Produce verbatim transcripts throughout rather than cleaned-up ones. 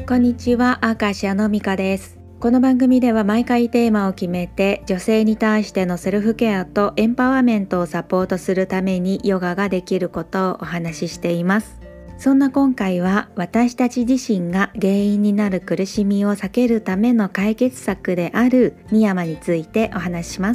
こんにちは、アーカシアのミカです。この番組では毎回テーマを決めて女性に対してのセルフケアとエンパワーメントをサポートするためにヨガができることをお話ししています。そんな今回は私たち自身が原因になる苦しみを避けるための解決策であるニヤマについてお話しします。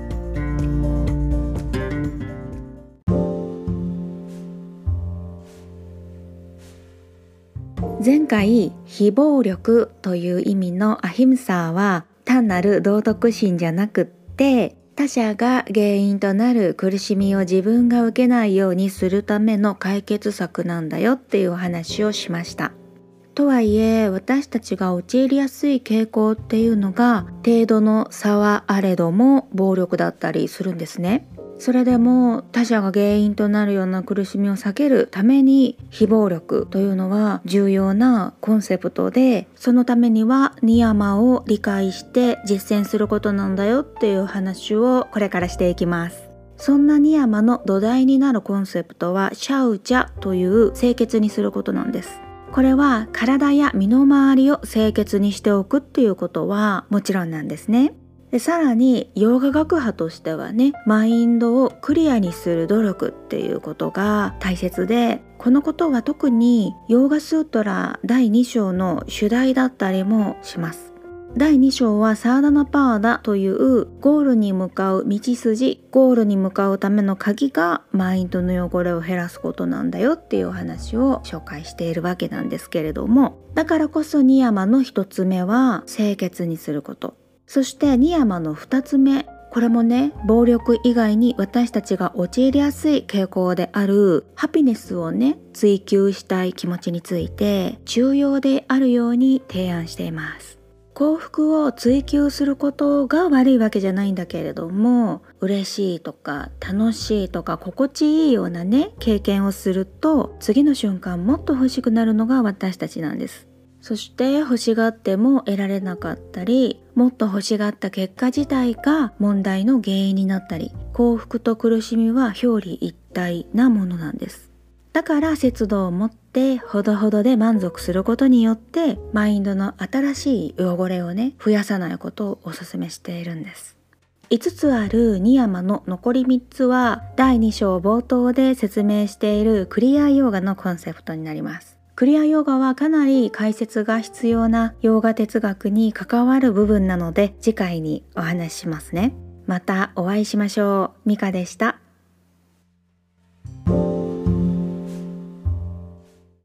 前回非暴力という意味のアヒムサーは単なる道徳心じゃなくって他者が原因となる苦しみを自分が受けないようにするための解決策なんだよっていうお話をしました。とはいえ私たちが陥りやすい傾向っていうのが程度の差はあれども暴力だったりするんですね。それでも他者が原因となるような苦しみを避けるために非暴力というのは重要なコンセプトで、そのためにはニヤマを理解して実践することなんだよっていう話をこれからしていきます。そんなニヤマの土台になるコンセプトはシャウチャという清潔にすることなんです。これは体や身の回りを清潔にしておくっていうことはもちろんなんですね。でさらにヨガ学派としてはね、マインドをクリアにする努力っていうことが大切で、このことは特にヨーガスートラだいに章の主題だったりもします。だいに章はサーダナパーダというゴールに向かう道筋、ゴールに向かうための鍵がマインドの汚れを減らすことなんだよっていうお話を紹介しているわけなんですけれども、だからこそニヤマの一つ目は清潔にすること。そしてニヤマの二つ目、これもね、暴力以外に私たちが陥りやすい傾向であるハピネスをね、追求したい気持ちについて重要であるように提案しています。幸福を追求することが悪いわけじゃないんだけれども、嬉しいとか楽しいとか心地いいようなね、経験をすると次の瞬間もっと欲しくなるのが私たちなんです。そして欲しがっても得られなかったり、もっと欲しがった結果自体が問題の原因になったり、幸福と苦しみは表裏一体なものなんです。だから節度を持ってほどほどで満足することによってマインドの新しい汚れをね、増やさないことをお勧めしているんです。いつつあるニヤマの残りみっつはだいに章冒頭で説明しているクリアヨガのコンセプトになります。クリアヨガはかなり解説が必要なヨガ哲学に関わる部分なので次回にお話ししますね。またお会いしましょう。ミカでした。